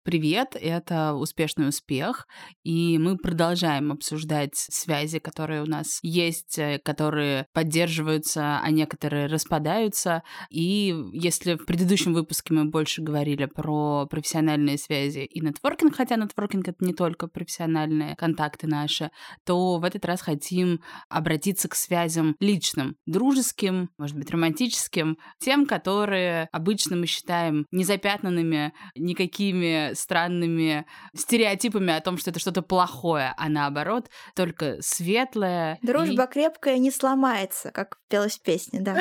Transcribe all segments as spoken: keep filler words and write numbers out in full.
привет, это «Успешный успех», и мы продолжаем обсуждать связи, которые у нас есть, которые поддерживаются, а некоторые распадаются. И если в предыдущем выпуске мы больше говорили про профессиональные связи и нетворкинг, хотя нетворкинг — это не только профессиональные контакты наши, то в этот раз хотим обратиться к связям личным, дружеским, может быть, романтическим, тем, которые обычно мы считаем незапятнанными никакими странными стереотипами о том, что это что-то плохое, а наоборот, только светлое. Дружба и... крепкая не сломается, как пелось в песне, да.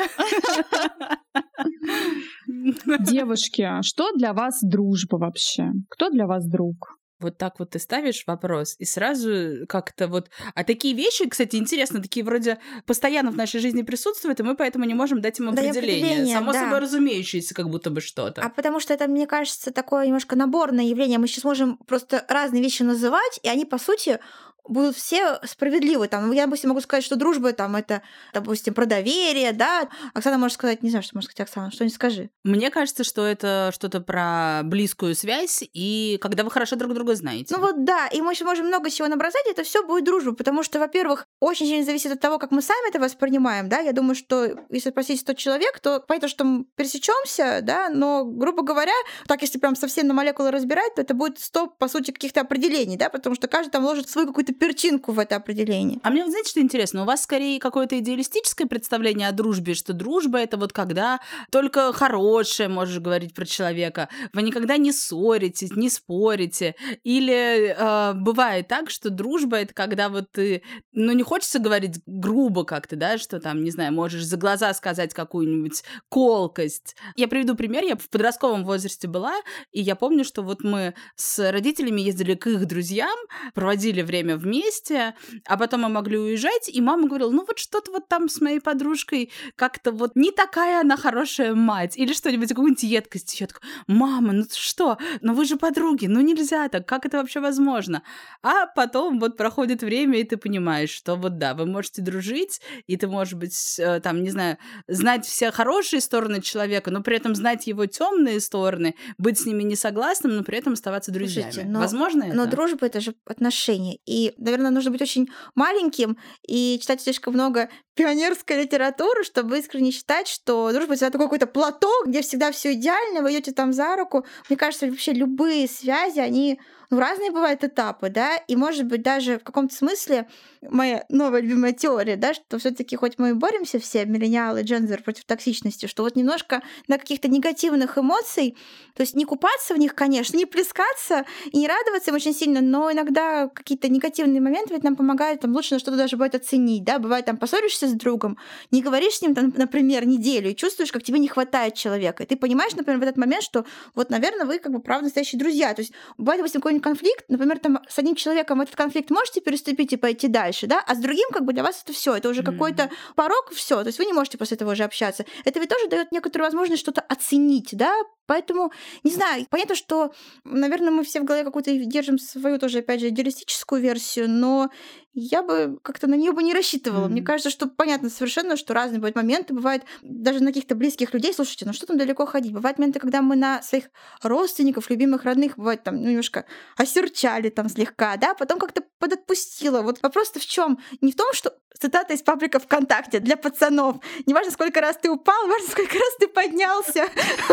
Девушки, что для вас дружба вообще? Кто для вас друг? Вот так вот ты ставишь вопрос, и сразу как-то вот... А такие вещи, кстати, интересно, такие вроде постоянно в нашей жизни присутствуют, и мы поэтому не можем дать им определение. Да, определение Само да. собой разумеющееся, как будто бы что-то. А потому что это, мне кажется, такое немножко наборное явление. Мы сейчас можем просто разные вещи называть, и они, по сути, будут все справедливы. Там, я, допустим, могу сказать, что дружба там это, допустим, про доверие, да. Оксана может сказать, не знаю, что может сказать Оксана, что-нибудь скажи. Мне кажется, что это что-то про близкую связь, и когда вы хорошо друг друга знаете. Ну вот да, и мы еще можем много чего набросать, и это все будет дружба, потому что, во-первых, очень сильно зависит от того, как мы сами это воспринимаем, да. Я думаю, что если спросить сто человек, то понятно, что мы пересечемся, да, но, грубо говоря, так если прям совсем на молекулы разбирать, то это будет сто, по сути, каких-то определений, да, потому что каждый там ложит свою какую-то перчинку в это определение. А мне, знаете, что интересно? У вас скорее какое-то идеалистическое представление о дружбе, что дружба — это вот когда только хорошее можешь говорить про человека, вы никогда не ссоритесь, не спорите. Или э, бывает так, что дружба — это когда вот ты, ну, не хочется говорить грубо как-то, да, что там, не знаю, можешь за глаза сказать какую-нибудь колкость. Я приведу пример. Я в подростковом возрасте была, и я помню, что вот мы с родителями ездили к их друзьям, проводили время в вместе, а потом мы могли уезжать, и мама говорила, ну вот что-то вот там с моей подружкой как-то вот не такая она хорошая мать, или что-нибудь, какую-нибудь едкость. Я такая, мама, ну что, ну вы же подруги, ну нельзя так, как это вообще возможно? А потом вот проходит время, и ты понимаешь, что вот да, вы можете дружить, и ты, может быть, там, не знаю, знать все хорошие стороны человека, но при этом знать его темные стороны, быть с ними не согласным, но при этом оставаться друзьями. Слушайте, но, возможно это? Но дружба — это же отношения, и наверное, нужно быть очень маленьким и читать слишком много пионерской литературы, чтобы искренне считать, что дружба — это такой какой-то платок, где всегда все идеально, вы идете там за руку. Мне кажется, вообще любые связи, они ну, разные бывают этапы, да, и, может быть, даже в каком-то смысле моя новая любимая теория, да, что все таки хоть мы и боремся все, миллениалы, джензер, против токсичности, что вот немножко на каких-то негативных эмоций, то есть не купаться в них, конечно, не плескаться и не радоваться им очень сильно, но иногда какие-то негативные моменты ведь нам помогают, там лучше на что-то даже бывает оценить, да, бывает там поссоришься с другом, не говоришь с ним, там, например, неделю, и чувствуешь, как тебе не хватает человека, и ты понимаешь, например, в этот момент, что вот, наверное, вы как бы правда настоящие друзья, то есть бывает, допустим, какой-нибудь конфликт, например, там с одним человеком этот конфликт можете переступить и пойти дальше, да, а с другим как бы для вас это все, это уже mm-hmm. какой-то порог, все, то есть вы не можете после этого уже общаться. Это ведь тоже дает некоторую возможность что-то оценить, да, поэтому, не знаю, понятно, что, наверное, мы все в голове какую-то держим свою тоже, опять же, идеалистическую версию, но я бы как-то на нее бы не рассчитывала. Mm-hmm. Мне кажется, что понятно совершенно, что разные бывают моменты, бывает даже на каких-то близких людей, слушайте, ну что там далеко ходить? Бывают моменты, когда мы на своих родственников, любимых, родных, бывает там ну, немножко осерчали там слегка, да, потом как-то подотпустила. Вот вопрос-то в чем? Не в том, что цитата из паблика ВКонтакте для пацанов. Не важно, сколько раз ты упал, важно, сколько раз ты поднялся.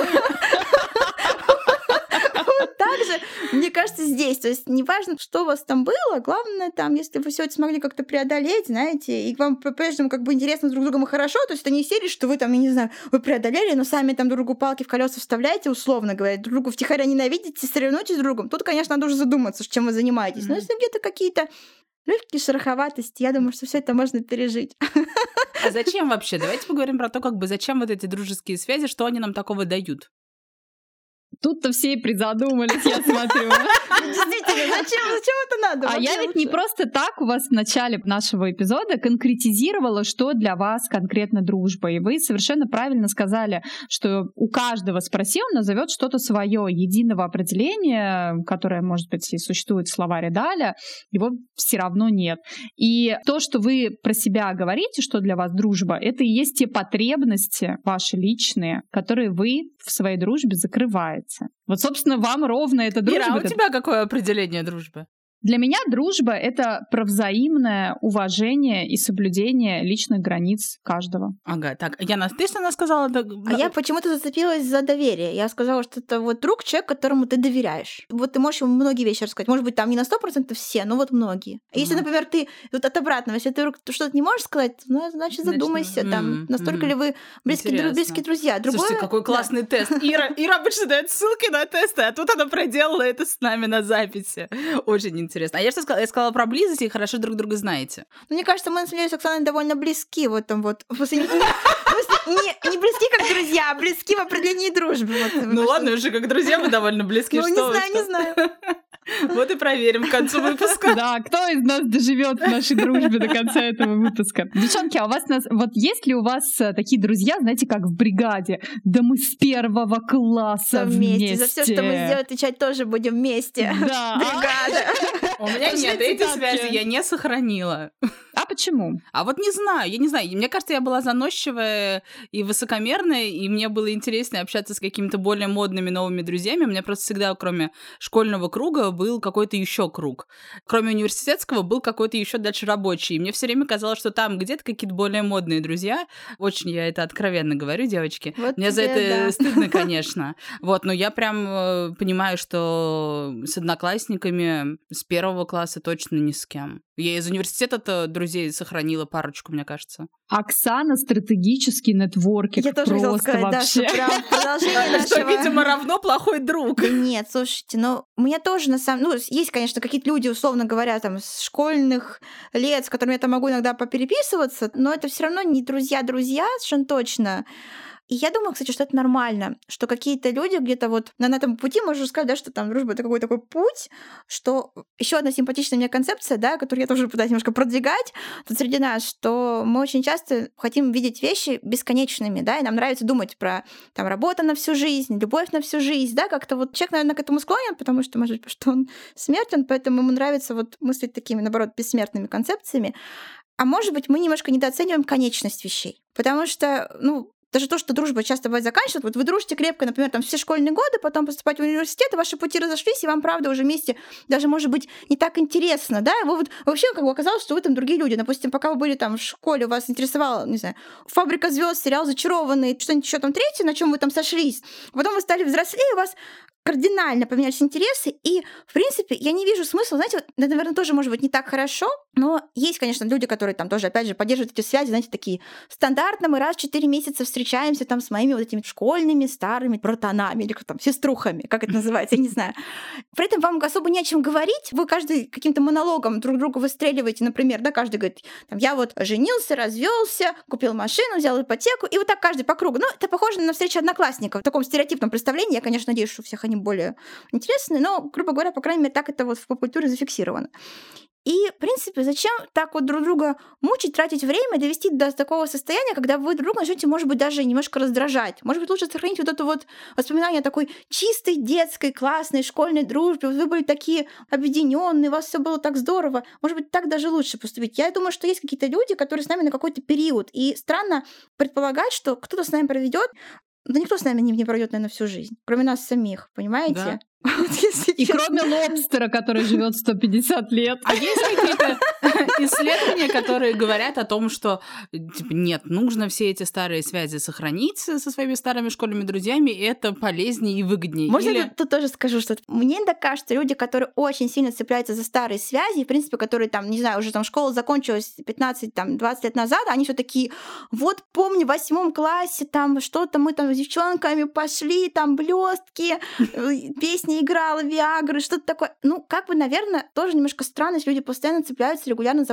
Вот так же, мне кажется, здесь. То есть неважно, что у вас там было, главное, там, если вы все это смогли как-то преодолеть, знаете, и вам по-прежнему как бы интересно друг с другом и хорошо, то есть это не серия, что вы там, я не знаю, вы преодолели, но сами там друг другу палки в колеса вставляете, условно говоря, друг другу втихаря ненавидите, соревнуетесь с другом. Тут, конечно, надо уже задуматься, чем вы занимаетесь. Mm-hmm. Но если где-то какие-то легкие шероховатости, я думаю, что все это можно пережить. А зачем вообще? Давайте поговорим про то, как бы зачем вот эти дружеские связи, что они нам такого дают. Тут-то все и призадумались, я смотрю. Действительно, зачем, зачем это надо? А я ведь не просто так у вас в начале нашего эпизода конкретизировала, что для вас конкретно дружба. И вы совершенно правильно сказали, что у каждого спросил, назовет что-то свое, единого определения, которое, может быть, и существует в словаре Даля, его все равно нет. И то, что вы про себя говорите, что для вас дружба, это и есть те потребности ваши личные, которые вы в своей дружбе закрываете. Вот, собственно, вам ровно эта дружба. Ира, а у тебя какое определение дружбы? Для меня дружба — это про взаимное уважение и соблюдение личных границ каждого. Ага, так, Яна, ты что она сказала? А я почему-то зацепилась за доверие. Я сказала, что это вот друг, человек, которому ты доверяешь. Вот ты можешь ему многие вещи рассказать. Может быть, там не на сто процентов все, но вот многие. А если, например, ты вот от обратного, если ты что-то не можешь сказать, ну, значит, задумайся, значит, там, м-м, настолько м-м. ли вы близкие, близкие друзья. Другое... Слушайте, какой классный да. тест. Ира, Ира обычно дает ссылки на тесты, а тут она проделала это с нами на записи. Очень интересно. Интересно. А я что сказала? Я сказала про близость, и хорошо друг друга знаете. Ну, мне кажется, мы, на самом деле, с Оксаной довольно близки в этом вот. В смысле, не, не близки как друзья, а близки в определении дружбы. Вот, ну ладно, уже как друзья мы довольно близки. Ну, не знаю, не знаю. Вот и проверим к концу выпуска. Да, кто из нас доживет в нашей дружбе до конца этого выпуска? Девчонки, а у вас вот есть ли у вас такие друзья, знаете, как в бригаде? Да мы с первого класса вместе. За все, что мы сделаем, отвечать тоже будем вместе. Да. Бригада. У меня нет, эти связи я не сохранила. А почему? А вот не знаю, я не знаю. Мне кажется, я была заносчивая и высокомерная, и мне было интересно общаться с какими-то более модными новыми друзьями. У меня просто всегда, кроме школьного круга, был какой-то еще круг. Кроме университетского был какой-то еще дальше рабочий. И мне все время казалось, что там где-то какие-то более модные друзья. Очень я это откровенно говорю, девочки. Вот мне тебе, за это да. стыдно, конечно. Вот, но я прям понимаю, что с одноклассниками с первого класса точно ни с кем. Я из университета-то друзей сохранила парочку, мне кажется. Оксана стратегический нетворкинг. Я тоже хотела сказать, вообще. да, что прям продолжение нашего... Что, видимо, равно плохой друг. Да нет, слушайте, ну, у меня тоже, на самом... Ну, есть, конечно, какие-то люди, условно говоря, там, с школьных лет, с которыми я там могу иногда попереписываться, но это все равно не друзья-друзья, совершенно точно. И я думаю, кстати, что это нормально, что какие-то люди где-то вот на, на этом пути, можно сказать, да, что там дружба — это какой-то такой путь, что еще одна симпатичная мне концепция, да, которую я тоже пытаюсь немножко продвигать тут среди нас, что мы очень часто хотим видеть вещи бесконечными, да, и нам нравится думать про там работу на всю жизнь, любовь на всю жизнь, да, как-то вот человек, наверное, к этому склонен, потому что, может быть, что он смертен, поэтому ему нравится вот мыслить такими, наоборот, бессмертными концепциями. А может быть, мы немножко недооцениваем конечность вещей, потому что, ну, даже то, что дружба часто бывает заканчивается, вот вы дружите крепко, например, там все школьные годы, потом поступать в университет, и ваши пути разошлись, и вам, правда, уже вместе даже, может быть, не так интересно, да, вы вот вообще как бы оказалось, что вы там другие люди. Допустим, пока вы были там в школе, вас интересовала, не знаю, «Фабрика звезд», сериал «Зачарованный», что-нибудь еще там третье, на чем вы там сошлись. Потом вы стали взрослее, у вас кардинально поменялись интересы, и, в принципе, я не вижу смысла, знаете, вот, это, наверное, тоже может быть не так хорошо, но есть, конечно, люди, которые там тоже, опять же, поддерживают эти связи, знаете, такие стандартно, мы раз в четыре месяца встречаемся там с моими вот этими школьными старыми братанами или как там, сеструхами, как это называется, я не знаю. При этом вам особо не о чем говорить, вы каждый каким-то монологом друг другу выстреливаете, например, да, каждый говорит, там, я вот женился, развелся, купил машину, взял ипотеку, и вот так каждый по кругу. Ну, это похоже на встречу одноклассников, в таком стереотипном представлении, я, конечно, надеюсь, что у всех они более интересные, но, грубо говоря, по крайней мере, так это вот в поп-культуре зафиксировано. И, в принципе, зачем так вот друг друга мучить, тратить время, довести до такого состояния, когда вы друг друга начнете, может быть, даже немножко раздражать. Может быть, лучше сохранить вот это вот воспоминание о такой чистой, детской, классной, школьной дружбе. Вы были такие объединенные, у вас все было так здорово. Может быть, так даже лучше поступить. Я думаю, что есть какие-то люди, которые с нами на какой-то период. И странно предполагать, что кто-то с нами проведет. Да никто с нами не, не пройдет, наверное, всю жизнь, кроме нас самих, понимаете? Да. Вот, и кроме лобстера, который живет сто пятьдесят лет. А есть какие-то исследования, которые говорят о том, что типа, нет, нужно все эти старые связи сохранить со своими старыми школьными друзьями, и это полезнее и выгоднее. Можно Или... я тут тоже скажу, что мне так кажется, люди, которые очень сильно цепляются за старые связи, в принципе, которые там, не знаю, уже там школа закончилась пятнадцать-двадцать лет назад, они все такие, вот помню, в восьмом классе там что-то мы там с девчонками пошли, там блестки, песни играла, Виагры, что-то такое. Ну, как бы, наверное, тоже немножко странно, если люди постоянно цепляются регулярно за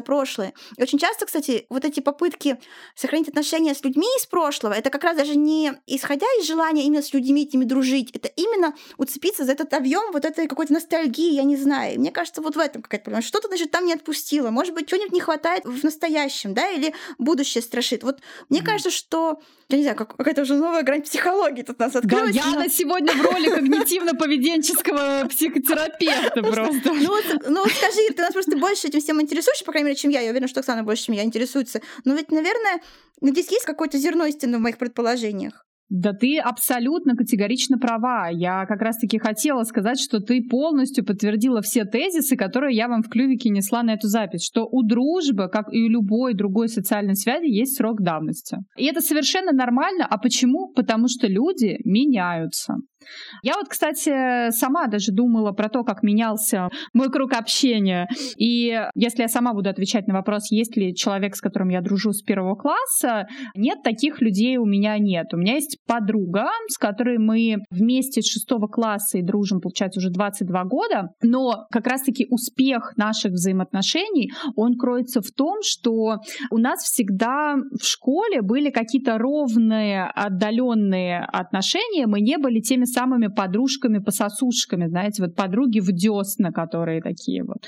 за прошлое. И очень часто, кстати, вот эти попытки сохранить отношения с людьми из прошлого, это как раз даже не исходя из желания именно с людьми этими дружить, это именно уцепиться за этот объем вот этой какой-то ностальгии, я не знаю. И мне кажется, вот в этом какая-то проблема. Что-то, значит, там не отпустило. Может быть, чего-нибудь не хватает в настоящем, да, или будущее страшит. Вот мне mm-hmm. кажется, что, я не знаю, как, какая-то уже новая грань психологии тут у нас открылась. Да, Яна но... сегодня в роли когнитивно-поведенческого психотерапевта просто. Ну, ну скажи, ты нас просто больше этим всем интересуешься, по крайней мере, чем я. Я уверена, что Оксана больше, чем я, интересуется. Но ведь, наверное, здесь есть какое-то зерно истины в моих предположениях. Да ты абсолютно категорично права. Я как раз-таки хотела сказать, что ты полностью подтвердила все тезисы, которые я вам в клювике несла на эту запись, что у дружбы, как и у любой другой социальной связи, есть срок давности. И это совершенно нормально. А почему? Потому что люди меняются. Я вот, кстати, сама даже думала про то, как менялся мой круг общения. И если я сама буду отвечать на вопрос, есть ли человек, с которым я дружу с первого класса, нет, таких людей у меня нет. У меня есть подруга, с которой мы вместе с шестого класса и дружим, получается, уже двадцать два года. Но как раз-таки успех наших взаимоотношений, он кроется в том, что у нас всегда в школе были какие-то ровные, отдаленные отношения. Мы не были теми самыми подружками-пососушками, знаете, вот подруги в десна, которые такие вот.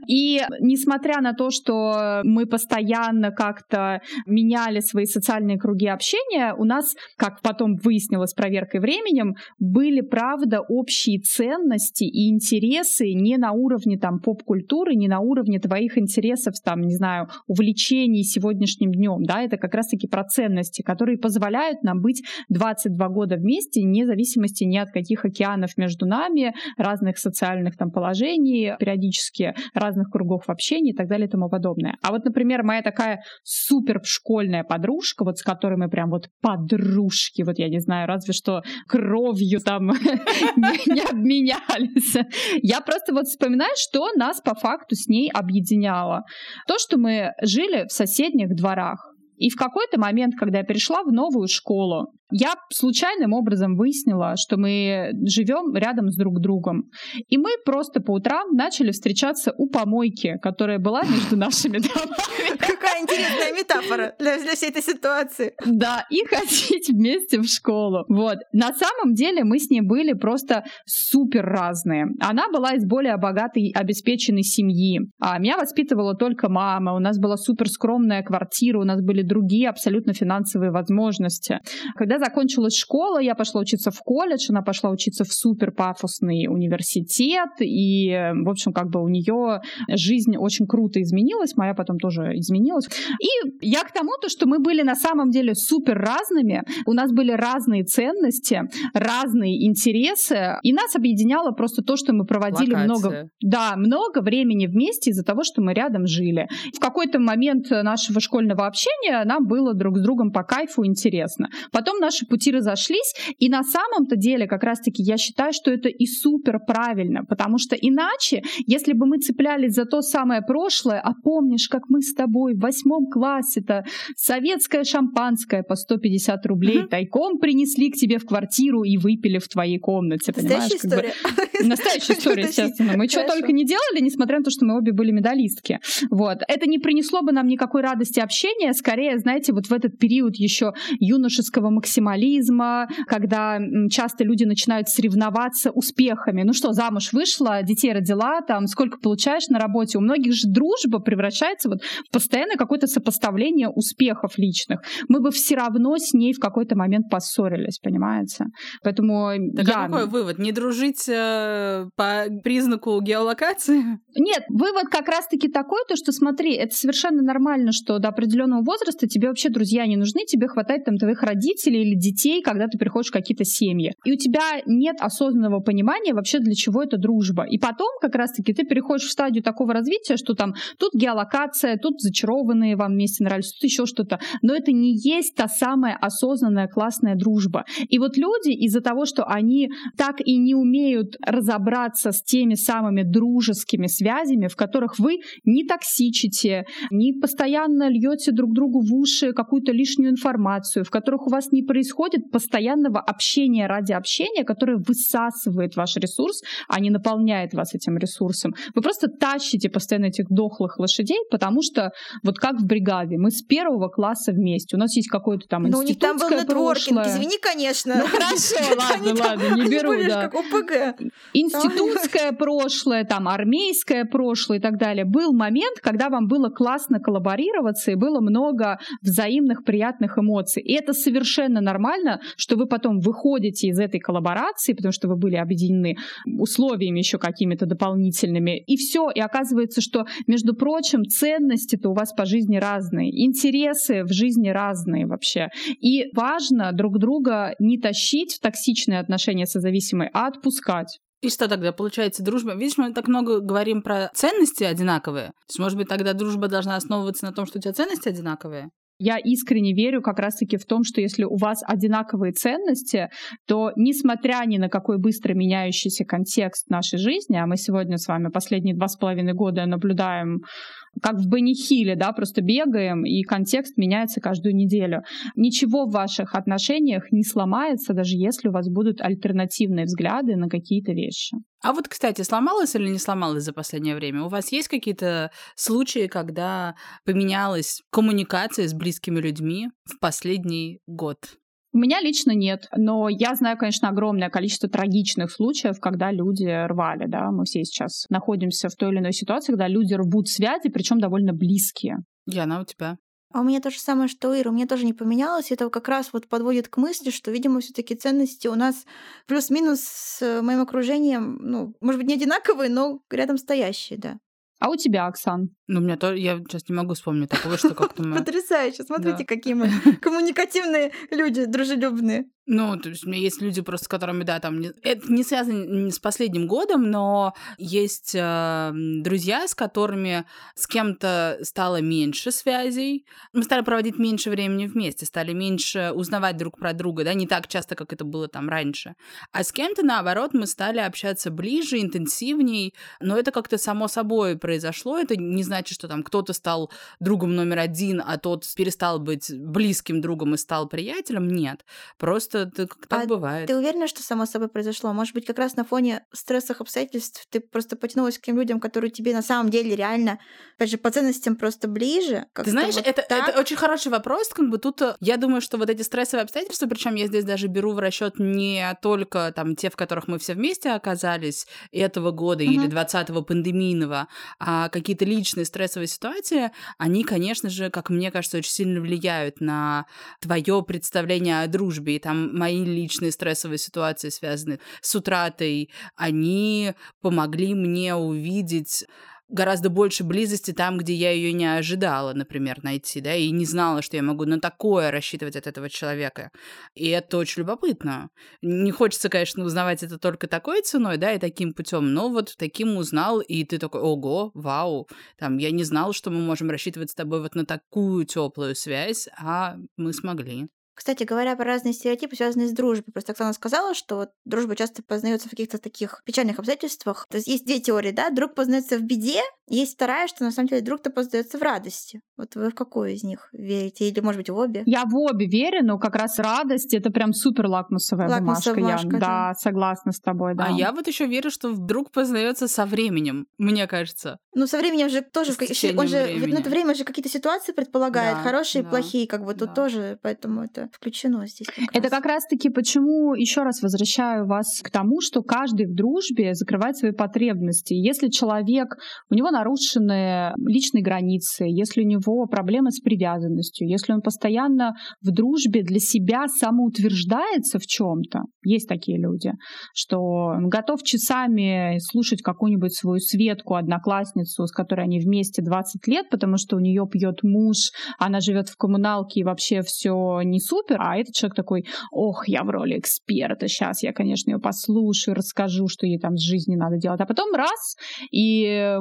И несмотря на то, что мы постоянно как-то меняли свои социальные круги общения, у нас, как потом выяснилось проверкой временем, были, правда, общие ценности и интересы не на уровне там поп-культуры, не на уровне твоих интересов, там, не знаю, увлечений сегодняшним днем, да, это как раз-таки про ценности, которые позволяют нам быть двадцать два года вместе, вне зависимости ни от каких океанов между нами, разных социальных там положений, периодически разных кругов общения и так далее и тому подобное. А вот, например, моя такая супер школьная подружка, вот с которой мы прям вот подружки, вот я не знаю, разве что кровью там не обменялись. Я просто вот вспоминаю, что нас по факту с ней объединяло. То, что мы жили в соседних дворах. И в какой-то момент, когда я перешла в новую школу, я случайным образом выяснила, что мы живем рядом с друг другом. И мы просто по утрам начали встречаться у помойки, которая была между нашими домами. Какая интересная метафора для, для всей этой ситуации. Да, и ходить вместе в школу. Вот. На самом деле мы с ней были просто супер разные. Она была из более богатой, обеспеченной семьи. А меня воспитывала только мама. У нас была супер скромная квартира, у нас были другие абсолютно финансовые возможности. Когда закончилась школа, я пошла учиться в колледж, она пошла учиться в супер пафосный университет, и, в общем, как бы у нее жизнь очень круто изменилась, моя потом тоже изменилась. И я к тому, то, что мы были на самом деле супер разными, у нас были разные ценности, разные интересы, и нас объединяло просто то, что мы проводили Локация. много, да, много времени вместе из-за того, что мы рядом жили. В какой-то момент нашего школьного общения нам было друг с другом по кайфу интересно. Потом наши пути разошлись, и на самом-то деле как раз-таки я считаю, что это и супер правильно, потому что иначе, если бы мы цеплялись за то самое прошлое, а помнишь, как мы с тобой в восьмом классе-то советское шампанское по сто пятьдесят рублей uh-huh. тайком принесли к тебе в квартиру и выпили в твоей комнате, понимаешь? Настоящая история. Бы... Настоящая история, естественно. Мы что только не делали, несмотря на то, что мы обе были медалистки. Вот. Это не принесло бы нам никакой радости общения, скорее, знаете, вот в этот период еще юношеского максимализма, когда часто люди начинают соревноваться успехами. Ну что, замуж вышла, детей родила, там, сколько получаешь на работе. У многих же дружба превращается вот в постоянное какое-то сопоставление успехов личных. Мы бы все равно с ней в какой-то момент поссорились, понимаете? Поэтому так я... а какой вывод? Не дружить э, по признаку геолокации? Нет, вывод как раз-таки такой, то, что смотри, это совершенно нормально, что до определенного возраста тебе вообще друзья не нужны, тебе хватает там твоих родителей или детей, когда ты приходишь в какие-то семьи. И у тебя нет осознанного понимания вообще, для чего это дружба. И потом как раз-таки ты переходишь в стадию такого развития, что там тут геолокация, тут зачарованные вам вместе нравились, тут еще что-то. Но это не есть та самая осознанная классная дружба. И вот люди из-за того, что они так и не умеют разобраться с теми самыми дружескими связями, в которых вы не токсичите, не постоянно льете друг другу другу в уши какую-то лишнюю информацию, в которых у вас не происходит постоянного общения ради общения, которое высасывает ваш ресурс, а не наполняет вас этим ресурсом. Вы просто тащите постоянно этих дохлых лошадей, потому что вот как в бригаде, мы с первого класса вместе, у нас есть какое-то там институтское прошлое. Ну, у них там был нетворкинг, извини, конечно. Ну, хорошо, ладно, ладно, не беру, да. Как ОПГ. Институтское прошлое, там, армейское прошлое и так далее. Был момент, когда вам было классно коллаборироваться и было много взаимных приятных эмоций. И это совершенно нормально, что вы потом выходите из этой коллаборации, потому что вы были объединены условиями еще какими-то дополнительными. И все, и оказывается, что, между прочим, ценности-то у вас по жизни разные, интересы в жизни разные вообще. И важно друг друга не тащить в токсичные отношения созависимые, а отпускать. И что тогда получается дружба? Видишь, мы так много говорим про ценности одинаковые. То есть, может быть, тогда дружба должна основываться на том, что у тебя ценности одинаковые? Я искренне верю как раз-таки в том, что если у вас одинаковые ценности, то, несмотря ни на какой быстро меняющийся контекст нашей жизни, а мы сегодня с вами последние два с половиной года наблюдаем, как в Бенни Хилле, да, просто бегаем, и контекст меняется каждую неделю. Ничего в ваших отношениях не сломается, даже если у вас будут альтернативные взгляды на какие-то вещи. А вот, кстати, сломалось или не сломалось за последнее время? У вас есть какие-то случаи, когда поменялась коммуникация с близкими людьми в последний год? У меня лично нет, но я знаю, конечно, огромное количество трагичных случаев, когда люди рвали, да, мы все сейчас находимся в той или иной ситуации, когда люди рвут связи, причем довольно близкие. Яна, у тебя? А у меня то же самое, что у Иры. У меня тоже не поменялось. Это как раз вот подводит к мысли, что, видимо, все таки ценности у нас плюс-минус с моим окружением, ну, может быть, не одинаковые, но рядом стоящие, да. А у тебя, Оксан? Ну, у меня тоже, я сейчас не могу вспомнить такого, что как-то мы... Потрясающе. Смотрите, Да. какие мы коммуникативные люди, дружелюбные. Ну, то есть у меня есть люди, просто с которыми, да, там... Не... Это не связано не с последним годом, но есть э, друзья, с которыми с кем-то стало меньше связей. Мы стали проводить меньше времени вместе, стали меньше узнавать друг про друга, да, не так часто, как это было там раньше. А с кем-то, наоборот, мы стали общаться ближе, интенсивней, но это как-то само собой произошло. Это не значит, что там кто-то стал другом номер один, а тот перестал быть близким другом и стал приятелем. Нет. Просто это как так А бывает. ты уверена, что само собой произошло? Может быть, как раз на фоне стрессовых обстоятельств ты просто потянулась к тем людям, которые тебе на самом деле реально, опять же, по ценностям просто ближе? Ты знаешь, вот это, это очень хороший вопрос. Как бы тут я думаю, что вот эти стрессовые обстоятельства, причем я здесь даже беру в расчет не только там те, в которых мы все вместе оказались этого года Мгм. или двадцатого пандемийного, а какие-то личные стрессовые ситуации, они, конечно же, как мне кажется, очень сильно влияют на твое представление о дружбе. И там мои личные стрессовые ситуации, связанные с утратой, они помогли мне увидеть гораздо больше близости там, где я ее не ожидала, например, найти, да, и не знала, что я могу на такое рассчитывать от этого человека. И это очень любопытно. Не хочется, конечно, узнавать это только такой ценой, да, и таким путем, но вот таким узнал, и ты такой, ого, вау, там, я не знал, что мы можем рассчитывать с тобой вот на такую теплую связь, а мы смогли. Кстати говоря, про разные стереотипы, связанные с дружбой. Просто Оксана сказала, что вот дружба часто познается в каких-то таких печальных обстоятельствах. То есть есть две теории, да? Друг познается в беде, есть вторая, что на самом деле друг-то познается в радости. Вот вы в какую из них верите? Или, может быть, в обе? Я в обе верю, но как раз радость — это прям супер лакмусовая Лакмусовая бумажка. бумажка, Я, да. да, согласна с тобой, да. А я вот еще верю, что друг познается со временем, мне кажется. Ну, со временем же тоже... С в ка- течением Он же, времени. ну, это время же какие-то ситуации предполагает, Да, хорошие да, и плохие, как бы тут да. тоже, поэтому это включено здесь. Как Это раз. как раз-таки почему, еще раз возвращаю вас к тому, что каждый в дружбе закрывает свои потребности. Если человек, у него нарушены личные границы, если у него проблемы с привязанностью, если он постоянно в дружбе для себя самоутверждается в чем-то, есть такие люди, что он готов часами слушать какую-нибудь свою Светку, одноклассницу, с которой они вместе двадцать лет, потому что у нее пьет муж, она живет в коммуналке и вообще все не супер, а этот человек такой: ох, я в роли эксперта, сейчас я, конечно, ее послушаю, расскажу, что ей там с жизнью надо делать. А потом раз, и муж был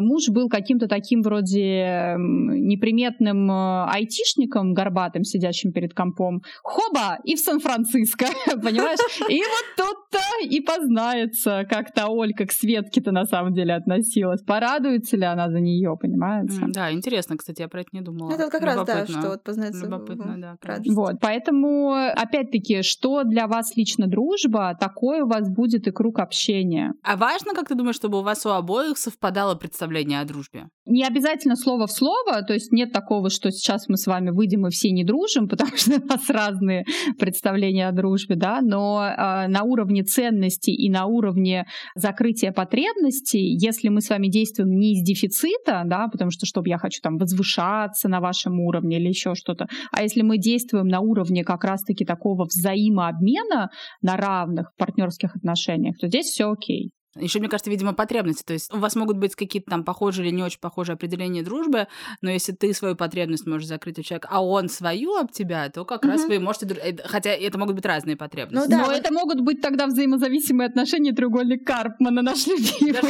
был каким-то таким вроде неприметным айтишником горбатым, сидящим перед компом, хоба, и в Сан-Франциско, понимаешь? И вот тут-то и познается, как та Ольга к Светке-то на самом деле относилась. Порадуется ли она за нее, понимаете? Mm, да, интересно, кстати, я про это не думала. Это вот как раз, да, что вот познается. Любопытно, да. Вот, поэтому, опять-таки, что для вас лично дружба, такой у вас будет и круг общения. А важно, как ты думаешь, чтобы у вас у обоих совпадало представление о дружбе? Не обязательно слово в слово, то есть нет такого, что сейчас мы с вами выйдем и все не дружим, потому что у нас разные представления о дружбе, да, но э, на уровне ценностей и на уровне закрытия потребностей, если мы с вами действуем не из дефицита, да, потому что, чтобы я хочу там возвышаться на вашем уровне или еще что-то, а если мы действуем на уровне как раз-таки такого взаимообмена на равных в партнерских отношениях, то здесь все окей. Еще, мне кажется, видимо, потребности. То есть у вас могут быть какие-то там похожие или не очень похожие определения дружбы, но если ты свою потребность можешь закрыть у человека, а он свою об тебя, то как mm-hmm. раз вы можете... Хотя это могут быть разные потребности. Ну, да, но вот... это могут быть тогда взаимозависимые отношения, треугольник Карпмана, наш любимый.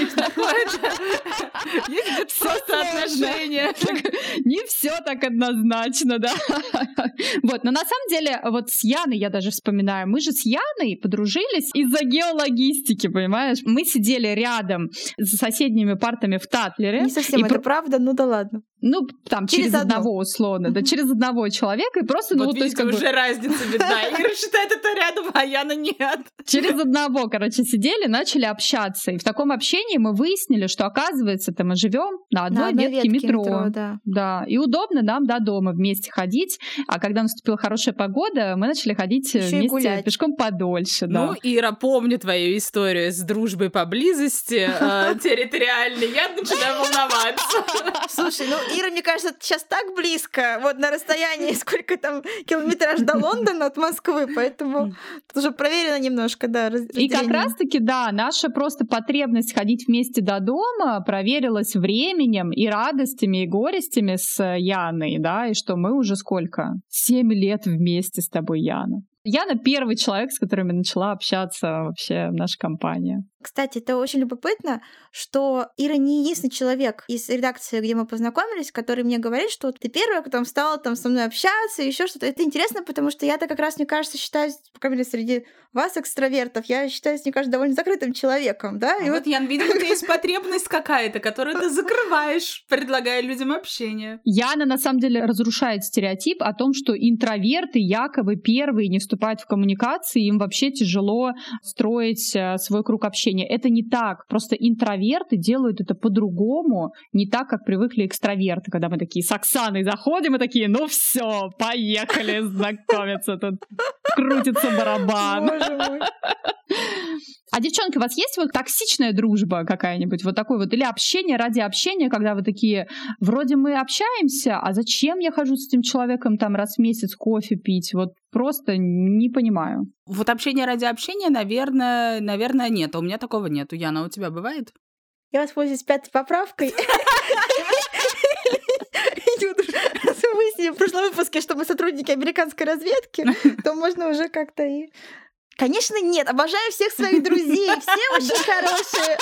Есть просто отношения. Не все так однозначно, да. Вот, но на самом деле, вот с Яной я даже вспоминаю, мы же с Яной подружились из-за геологистики, понимаешь? Мы сидели рядом за соседними партами в Татлере. Не совсем это про... правда, ну да ладно. Ну, там, через, через одного, условно, да, через одного человека, и просто, ну, вот то есть, как бы... уже разница видна. Ира считает это рядом, а Яна нет. Через одного, короче, сидели, начали общаться, и в таком общении мы выяснили, что, оказывается-то, мы живем на одной, на одной ветке, ветке метро. метро да. да, и удобно нам до дома вместе ходить, а когда наступила хорошая погода, мы начали ходить еще вместе пешком подольше. Да. Ну, Ира, помню твою историю с дружбой поблизости, территориальной, я начинаю волноваться. Слушай, ну, Ира, мне кажется, сейчас так близко, вот на расстоянии, сколько там километраж до Лондона от Москвы, поэтому тут уже проверено немножко, да, разделение. И как раз-таки, да, наша просто потребность ходить вместе до дома проверилась временем и радостями, и горестями с Яной, да, и что мы уже сколько? Семь лет вместе с тобой, Яна. Яна первый человек, с которым я начала общаться вообще в нашей компании. Кстати, это очень любопытно, что Ира не единственный человек из редакции, где мы познакомились, который мне говорит, что ты первая, кто там стала там со мной общаться, и еще что-то. Это интересно, потому что я-то как раз, мне кажется, считаюсь, по крайней мере, среди вас, экстравертов, я считаюсь, мне кажется, довольно закрытым человеком, да? А и вот, вот, Ян, видимо, у тебя есть потребность какая-то, которую ты закрываешь, предлагая людям общение. Яна, на самом деле, разрушает стереотип о том, что интроверты якобы первые не вступают в коммуникации, им вообще тяжело строить свой круг общения. Это не так. Просто интроверты делают это по-другому, не так, как привыкли экстраверты, когда мы такие с Оксаной заходим и такие, ну все, поехали знакомиться, тут крутится барабан. А, девчонки, у вас есть вот токсичная дружба какая-нибудь, вот такой вот, или общение ради общения, когда вы такие, вроде мы общаемся, а зачем я хожу с этим человеком там раз в месяц кофе пить? Вот просто не понимаю. Вот общение ради общения, наверное, наверное, нет. А у меня такого нет. Яна, у тебя бывает? Я воспользуюсь пятой поправкой. Выяснили в прошлом выпуске, что мы сотрудники американской разведки, то можно уже как-то и... Конечно, нет. Обожаю всех своих друзей. Все очень хорошие.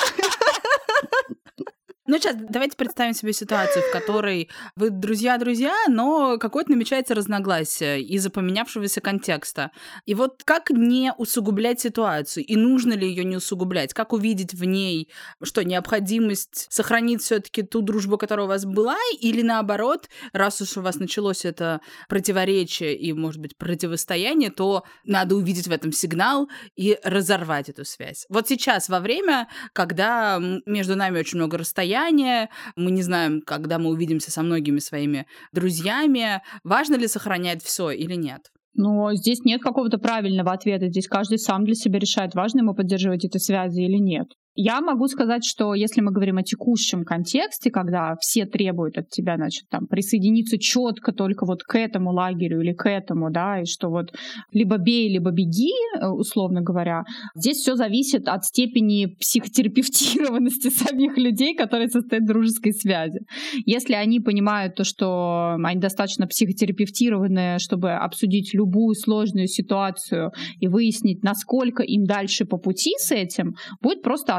Ну, сейчас давайте представим себе ситуацию, в которой вы друзья-друзья, но какое-то намечается разногласие из-за поменявшегося контекста. И вот как не усугублять ситуацию? И нужно ли ее не усугублять? Как увидеть в ней, что необходимость сохранить все-таки ту дружбу, которая у вас была, или наоборот, раз уж у вас началось это противоречие и, может быть, противостояние, то надо увидеть в этом сигнал и разорвать эту связь. Вот сейчас, во время, когда между нами очень много расстояний, мы не знаем, когда мы увидимся со многими своими друзьями, важно ли сохранять все или нет? Но здесь нет какого-то правильного ответа. Здесь каждый сам для себя решает, важно ему поддерживать эти связи или нет. Я могу сказать, что если мы говорим о текущем контексте, когда все требуют от тебя, значит, там, присоединиться четко только вот к этому лагерю или к этому, да, и что вот либо бей, либо беги, условно говоря, здесь все зависит от степени психотерапевтированности самих людей, которые состоят в дружеской связи. Если они понимают то, что они достаточно психотерапевтированы, чтобы обсудить любую сложную ситуацию и выяснить, насколько им дальше по пути с этим, будет просто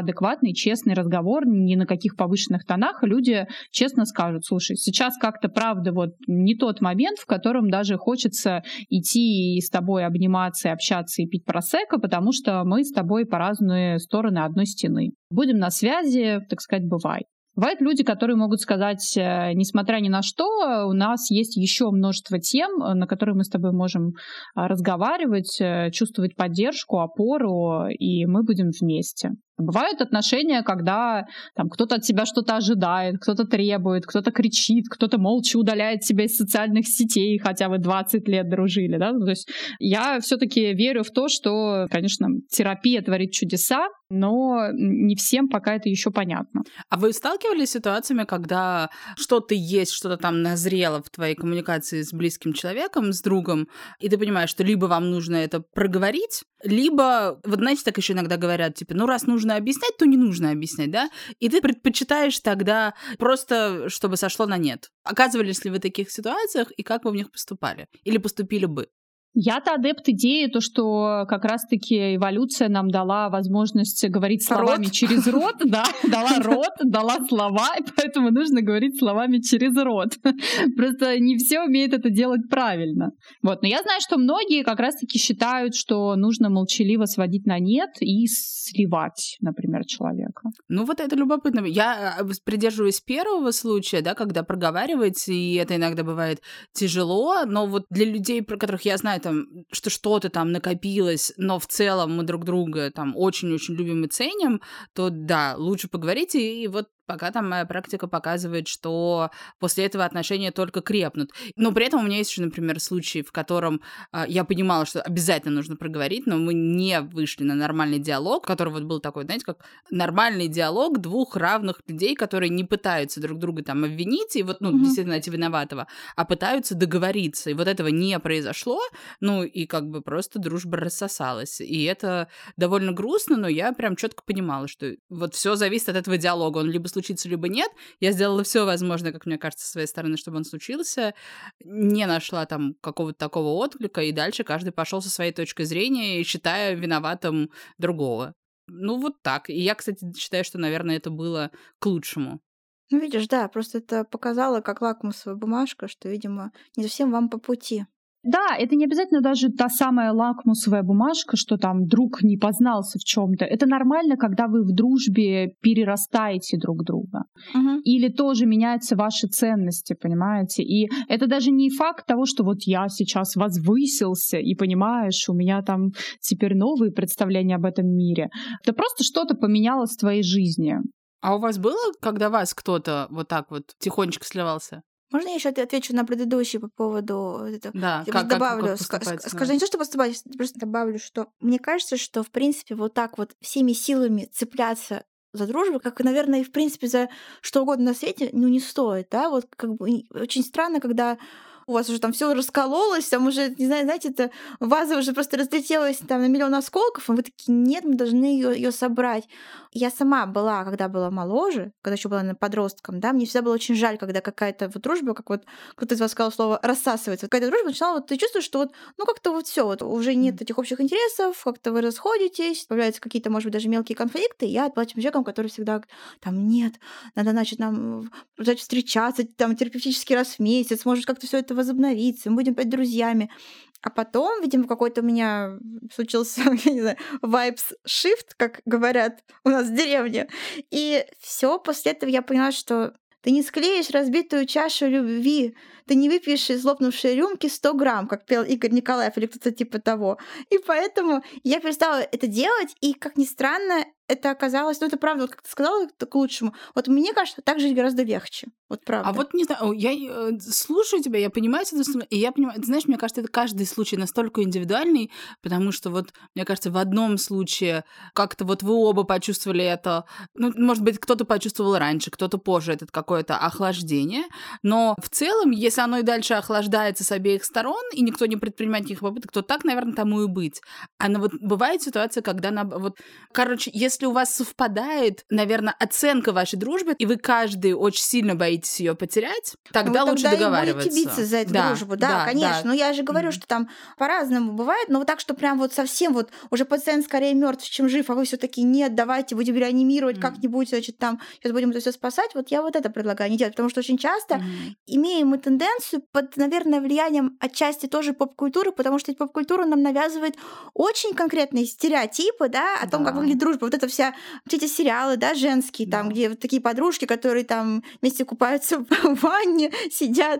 адекватный, честный разговор, ни на каких повышенных тонах, и люди честно скажут: слушай, сейчас как-то, правда, вот не тот момент, в котором даже хочется идти и с тобой обниматься, и общаться, и пить просекко, потому что мы с тобой по разные стороны одной стены. Будем на связи, так сказать, бывай. Бывают люди, которые могут сказать: несмотря ни на что, у нас есть еще множество тем, на которые мы с тобой можем разговаривать, чувствовать поддержку, опору, и мы будем вместе. Бывают отношения, когда там кто-то от тебя что-то ожидает, кто-то требует, кто-то кричит, кто-то молча удаляет себя из социальных сетей, хотя вы двадцать лет дружили. Да? То есть я все-таки верю в то, что, конечно, терапия творит чудеса, но не всем пока это еще понятно. А вы сталкивались с ситуациями, когда что-то есть, что-то там назрело в твоей коммуникации с близким человеком, с другом, и ты понимаешь, что либо вам нужно это проговорить, либо, вот знаете, так еще иногда говорят, типа, ну раз нужно объяснять, то не нужно объяснять, да? И ты предпочитаешь тогда просто, чтобы сошло на нет. Оказывались ли вы в таких ситуациях, и как вы в них поступали? Или поступили бы? Я-то адепт идеи, то, что как раз-таки эволюция нам дала возможность говорить словами Рот. через рот, да, дала рот, дала слова, и поэтому нужно говорить словами через рот. Просто не все умеют это делать правильно. Вот. Но я знаю, что многие как раз-таки считают, что нужно молчаливо сводить на нет и сливать, например, человека. Ну вот это любопытно. Я придерживаюсь первого случая, да, когда проговаривать, и это иногда бывает тяжело, но вот для людей, про которых я знаю, там, что что-то там накопилось, но в целом мы друг друга там очень-очень любим и ценим, то да, лучше поговорить, и, и вот пока там моя практика показывает, что после этого отношения только крепнут. Но при этом у меня есть еще, например, случай, в котором э, я понимала, что обязательно нужно проговорить, но мы не вышли на нормальный диалог, который вот был такой, знаете, как нормальный диалог двух равных людей, которые не пытаются друг друга там обвинить и вот, ну, mm-hmm. действительно найти виноватого, а пытаются договориться. И вот этого не произошло, ну, и как бы просто дружба рассосалась. И это довольно грустно, но я прям четко понимала, что вот все зависит от этого диалога. Он либо случится, либо нет. Я сделала все возможное, как мне кажется, с своей стороны, чтобы он случился. Не нашла там какого-то такого отклика, и дальше каждый пошел со своей точкой зрения, считая виноватым другого. Ну, вот так. И я, кстати, считаю, что, наверное, это было к лучшему. Ну, видишь, да, просто это показало, как лакмусовая бумажка, что, видимо, не совсем вам по пути. Да, это не обязательно даже та самая лакмусовая бумажка, что там друг не познался в чем-то. Это нормально, когда вы в дружбе перерастаете друг друга. Угу. Или тоже меняются ваши ценности, понимаете? И это даже не факт того, что вот я сейчас возвысился, и понимаешь, у меня там теперь новые представления об этом мире. Это просто что-то поменялось в твоей жизни. А у вас было, когда вас кто-то вот так вот тихонечко сливался? Можно я еще отвечу на предыдущий по поводу этого? Да, я как, добавлю, как, как ска- скажу не то, что поступать, просто добавлю, что мне кажется, что в принципе вот так вот всеми силами цепляться за дружбу, как, наверное, и в принципе за что угодно на свете, ну не стоит, да, вот как бы очень странно, когда у вас уже там все раскололось, там уже, не знаю, знаете, это ваза уже просто разлетелась там на миллион осколков, и вы такие, нет, мы должны ее, ее собрать. Я сама была, когда была моложе, когда еще была подростком, да, мне всегда было очень жаль, когда какая-то вот дружба, как вот кто-то из вас сказал слово рассасывается, какая-то дружба начинала, вот ты чувствуешь, что вот, ну как-то вот все, вот уже нет этих общих интересов, как-то вы расходитесь, появляются какие-то, может быть, даже мелкие конфликты. Я была тем человеком, который всегда там, нет, надо, значит, нам начать встречаться там терапевтически раз в месяц, может как-то все это возобновиться, мы будем опять друзьями. А потом, видимо, какой-то у меня случился, я не знаю, vibes shift, как говорят у нас в деревне. И все после этого я поняла, что ты не склеишь разбитую чашу любви, ты не выпьешь из лопнувшей рюмки сто грамм, как пел Игорь Николаев или кто-то типа того. И поэтому я перестала это делать, и, как ни странно, это оказалось, ну это правда, вот как ты сказала, это к лучшему. Вот мне кажется, так жить гораздо легче. Вот правда. А вот не знаю, я э, слушаю тебя, я понимаю это, и я понимаю, ты знаешь, мне кажется, это каждый случай настолько индивидуальный, потому что вот, мне кажется, в одном случае как-то вот вы оба почувствовали это, ну, может быть, кто-то почувствовал раньше, кто-то позже, это какое-то охлаждение, но в целом, если оно и дальше охлаждается с обеих сторон, и никто не предпринимает никаких попыток, то так, наверное, тому и быть. А ну, вот бывает ситуация, когда, на, вот, короче, если если у вас совпадает, наверное, оценка вашей дружбы, и вы каждый очень сильно боитесь ее потерять, тогда ну, лучше тогда договариваться. И будете биться за эту да, дружбу, да, да конечно. да. Но я же говорю, mm-hmm. что там по-разному бывает, но вот так, что прям вот совсем вот уже пациент скорее мертв, чем жив, а вы все таки нет, давайте будем реанимировать mm-hmm. как-нибудь, значит, там сейчас будем это все спасать. Вот я вот это предлагаю не делать, потому что очень часто mm-hmm. имеем мы тенденцию под, наверное, влиянием отчасти тоже поп-культуры, потому что поп-культура нам навязывает очень конкретные стереотипы, да, о том, да. как выглядит дружба. Вот это вся, вот эти сериалы, да, женские, да. там, где вот такие подружки, которые там вместе купаются в ванне, сидят.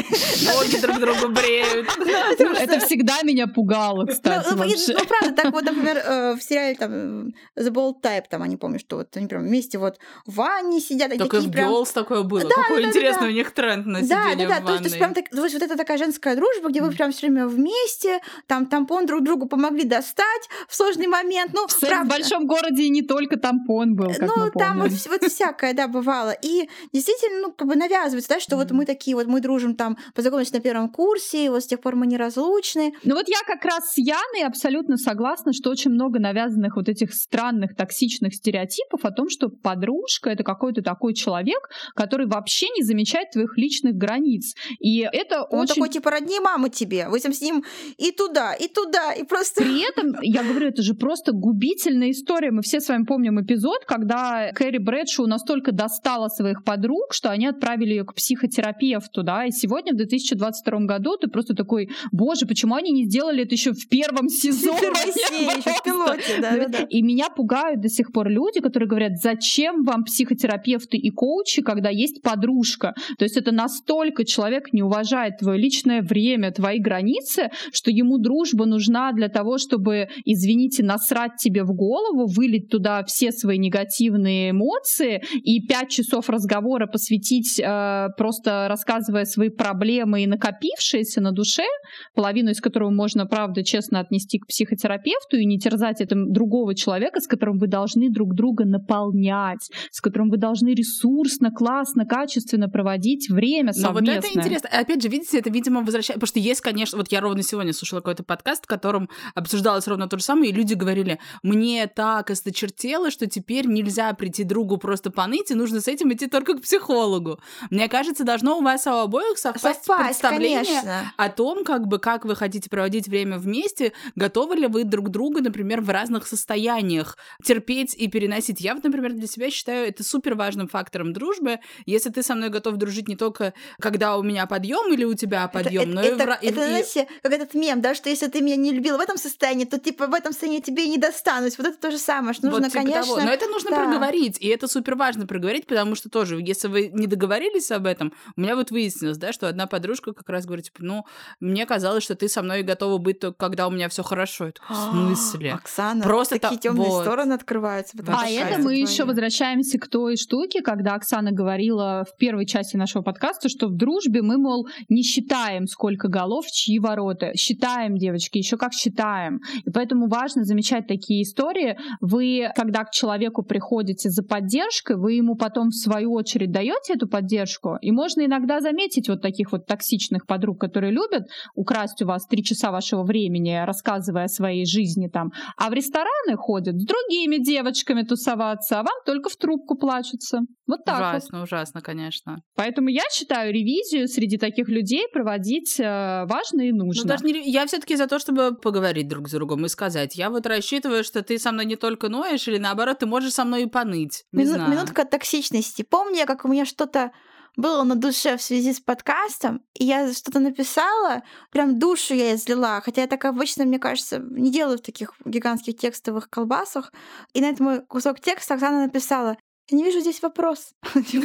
Ноги друг друга бреют. Это всегда меня пугало, кстати. Ну, правда, так вот, например, в сериале там The Bold Type, там, они помнят, что вот они прям вместе вот в ванне сидят. Только в Girls такое было. Какой интересный у них тренд на сидение в ванной. Да, да, да. То есть прям вот эта такая женская дружба, где вы прям все время вместе, там тампон друг другу помогли достать в сложный момент. Ну, в большом городе и не только тампон был, как ну, мы там помним. вот, вот всякое, да, бывало. И действительно, ну, как бы навязывается, да, что mm-hmm. вот мы такие вот, мы дружим там, познакомились на первом курсе, и вот с тех пор мы неразлучны. Ну вот я как раз с Яной абсолютно согласна, что очень много навязанных вот этих странных токсичных стереотипов о том, что подружка — это какой-то такой человек, который вообще не замечает твоих личных границ. И это Он очень... такой, типа, роднее мамы тебе. Вы с ним и туда, и туда, и просто... При этом, я говорю, это же просто губительная история. Мы все с вами помним эпизод, когда Кэрри Брэдшоу настолько достала своих подруг, что они отправили ее к психотерапевту, да, и сегодня, в две тысячи двадцать втором году, ты просто такой, боже, почему они не сделали это еще в первом сезоне? В первой серии, еще в пилоте, да. И меня пугают до сих пор люди, которые говорят, зачем вам психотерапевты и коучи, когда есть подружка? То есть это настолько человек не уважает твое личное время, твои границы, что ему дружба нужна для того, чтобы, извините, насрать тебе в голову, вылить туда все свои негативные эмоции и пять часов разговора посвятить, э, просто рассказывая свои проблемы и накопившиеся на душе, половину из которого можно, правда, честно отнести к психотерапевту и не терзать этим другого человека, с которым вы должны друг друга наполнять, с которым вы должны ресурсно, классно, качественно проводить время совместно. Но вот это интересно. Опять же, видите, это, видимо, возвращает... Потому что есть, конечно... Вот я ровно сегодня слушала какой-то подкаст, в котором обсуждалось ровно то же самое, и люди говорили, мне так осточертело, что теперь нельзя прийти другу просто поныть, и нужно с этим идти только к психологу. Мне кажется, должно у вас у обоих совпасть, совпасть представление конечно. О том, как бы, как вы хотите проводить время вместе, готовы ли вы друг друга, например, в разных состояниях терпеть и переносить. Я, например, для себя считаю это супер важным фактором дружбы. Если ты со мной готов дружить не только когда у меня подъем или у тебя подъем, но это, и... Это, и, это и... знаете, как этот мем, да, что если ты меня не любил в этом состоянии, то типа в этом состоянии тебе и не достанусь. Вот это то же самое, что нужно, вот, типа конечно... Того. Но это нужно да. проговорить, и это супер важно проговорить, потому что тоже, если вы не договорились об этом, у меня вот выяснилось, да, что одна подружка как раз говорит, типа, ну, мне казалось, что ты со мной готова быть только когда у меня все хорошо. Я такая, в смысле? Оксана, просто такие та... темные вот. стороны открываются. А это мы еще возвращаемся к той штуке, когда Оксана говорила в первой части нашего подкаста, что в дружбе мы, мол, не считаем, сколько голов, чьи ворота. Считаем, девочки, еще как считаем. И поэтому важно замечать такие истории. Вы, когда к человеку приходите за поддержкой, вы ему потом в свою очередь даете эту поддержку. И можно иногда заметить вот таких вот токсичных подруг, которые любят украсть у вас три часа вашего времени, рассказывая о своей жизни там, а в рестораны ходят с другими девочками тусоваться, а вам только в трубку плачутся. Вот так ужасно, вот. Ужасно, конечно. Поэтому я считаю, ревизию среди таких людей проводить э, важно и нужно. Ну, даже не... Я все-таки за то, чтобы поговорить друг с другом и сказать. Я вот рассчитываю, что ты со мной не только ноешь, или наоборот, ты можешь со мной и поныть. Не Мину... знаю. Минутка токсичности. Помню, как у меня что-то было на душе в связи с подкастом, и я что-то написала, прям душу я излила, хотя я так обычно, мне кажется, не делаю в таких гигантских текстовых колбасах. И на этот мой кусок текста Оксана написала: я не вижу здесь вопрос. Что ты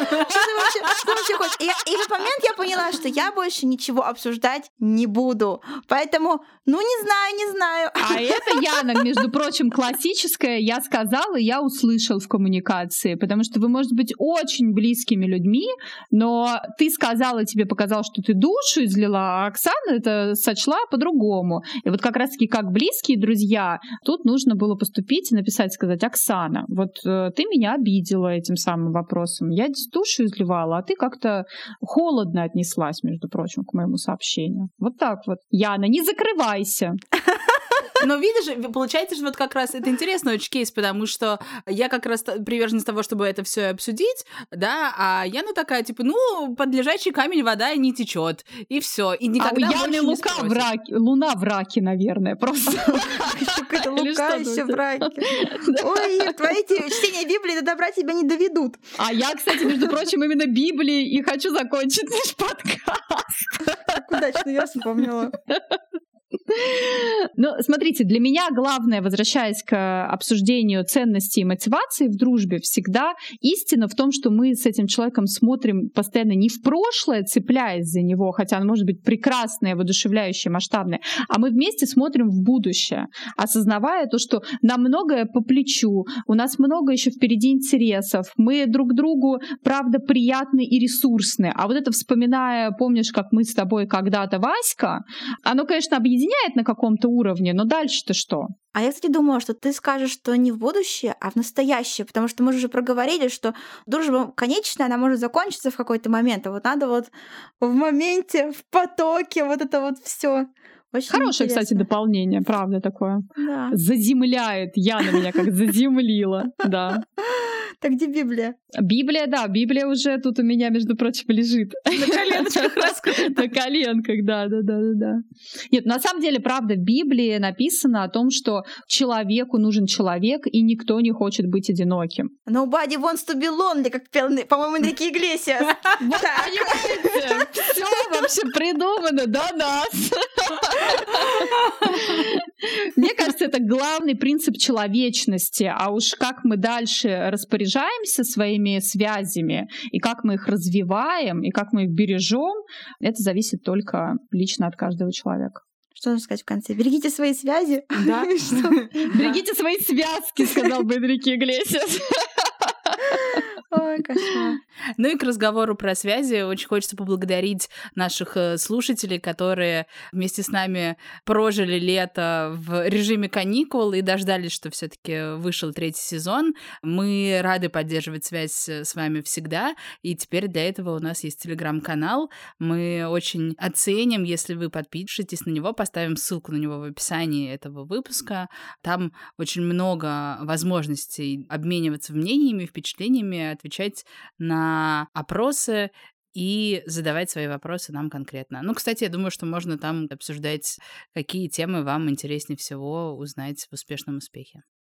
вообще хочешь? И в этот момент я поняла, что я больше ничего обсуждать не буду. Поэтому, ну, не знаю, не знаю. А это, Яна, между прочим, классическая «я сказал, и я услышал» в коммуникации. Потому что вы можете быть очень близкими людьми, но ты сказала, тебе показал, что ты душу излила, а Оксана это сочла по-другому. И вот как раз-таки как близкие друзья, тут нужно было поступить и написать, сказать: Оксана, вот э, ты меня обидела этим самым вопросом. Я здесь душу изливала, а ты как-то холодно отнеслась, между прочим, к моему сообщению. Вот так вот. Яна, не закрывайся. Но видишь, получается же вот как раз это интересный очень кейс, потому что я как раз приверженец того, чтобы это все обсудить, да, а Яна такая, типа, ну, под лежачий камень вода не течет, и все, и никогда а у Яны Лука в раке, Луна в раке, наверное, просто. Какая-то Лука еще в раке. Ой, Ир, твои чтения Библии до добра тебя не доведут. А я, кстати, между прочим, именно Библии и хочу закончить наш подкаст. Как удачно я вспомнила. Ну, смотрите, для меня главное, возвращаясь к обсуждению ценностей и мотивации в дружбе, всегда истина в том, что мы с этим человеком смотрим постоянно не в прошлое, цепляясь за него, хотя оно может быть прекрасное, воодушевляющее, масштабное, а мы вместе смотрим в будущее, осознавая то, что нам многое по плечу, у нас много еще впереди интересов, мы друг другу, правда, приятны и ресурсны. А вот это, вспоминая, помнишь, как мы с тобой когда-то, Васька, оно, конечно, объединяет на каком-то уровне, но дальше-то что? А я, кстати, думала, что ты скажешь, что не в будущее, а в настоящее, потому что мы же уже проговорили, что дружба конечная, она может закончиться в какой-то момент, а вот надо вот в моменте, в потоке, вот это вот все. Очень Хорошее, интересно. кстати, дополнение, правда, такое. Да. Заземляет. Яна меня как заземлила, да. Так где Библия? Библия, да, Библия уже тут у меня, между прочим, лежит. На коленочках раскрыта. На коленках, да, да, да, да, да. Нет, на самом деле, правда, в Библии написано о том, что человеку нужен человек, и никто не хочет быть одиноким. Nobody wants to be lonely, как пел, по-моему, Энрике Иглесиас. Вот понимаете, все вообще придумано до нас. Мне кажется, это главный принцип человечности, а уж как мы дальше распоряжаемся своими связями, и как мы их развиваем, и как мы их бережем, это зависит только лично от каждого человека. Что нужно сказать в конце? Берегите свои связи. Да. Берегите свои связки, сказал бы Энрике Иглесиас. Ой, кошмар. Ну и к разговору про связи очень хочется поблагодарить наших слушателей, которые вместе с нами прожили лето в режиме каникул и дождались, что все-таки вышел третий сезон. Мы рады поддерживать связь с вами всегда, и теперь для этого у нас есть телеграм-канал. Мы очень оценим, если вы подпишетесь на него, поставим ссылку на него в описании этого выпуска. Там очень много возможностей обмениваться мнениями, впечатлениями, отвечать на опросы и задавать свои вопросы нам конкретно. Ну, кстати, я думаю, что можно там обсуждать, какие темы вам интереснее всего узнать в успешном успехе.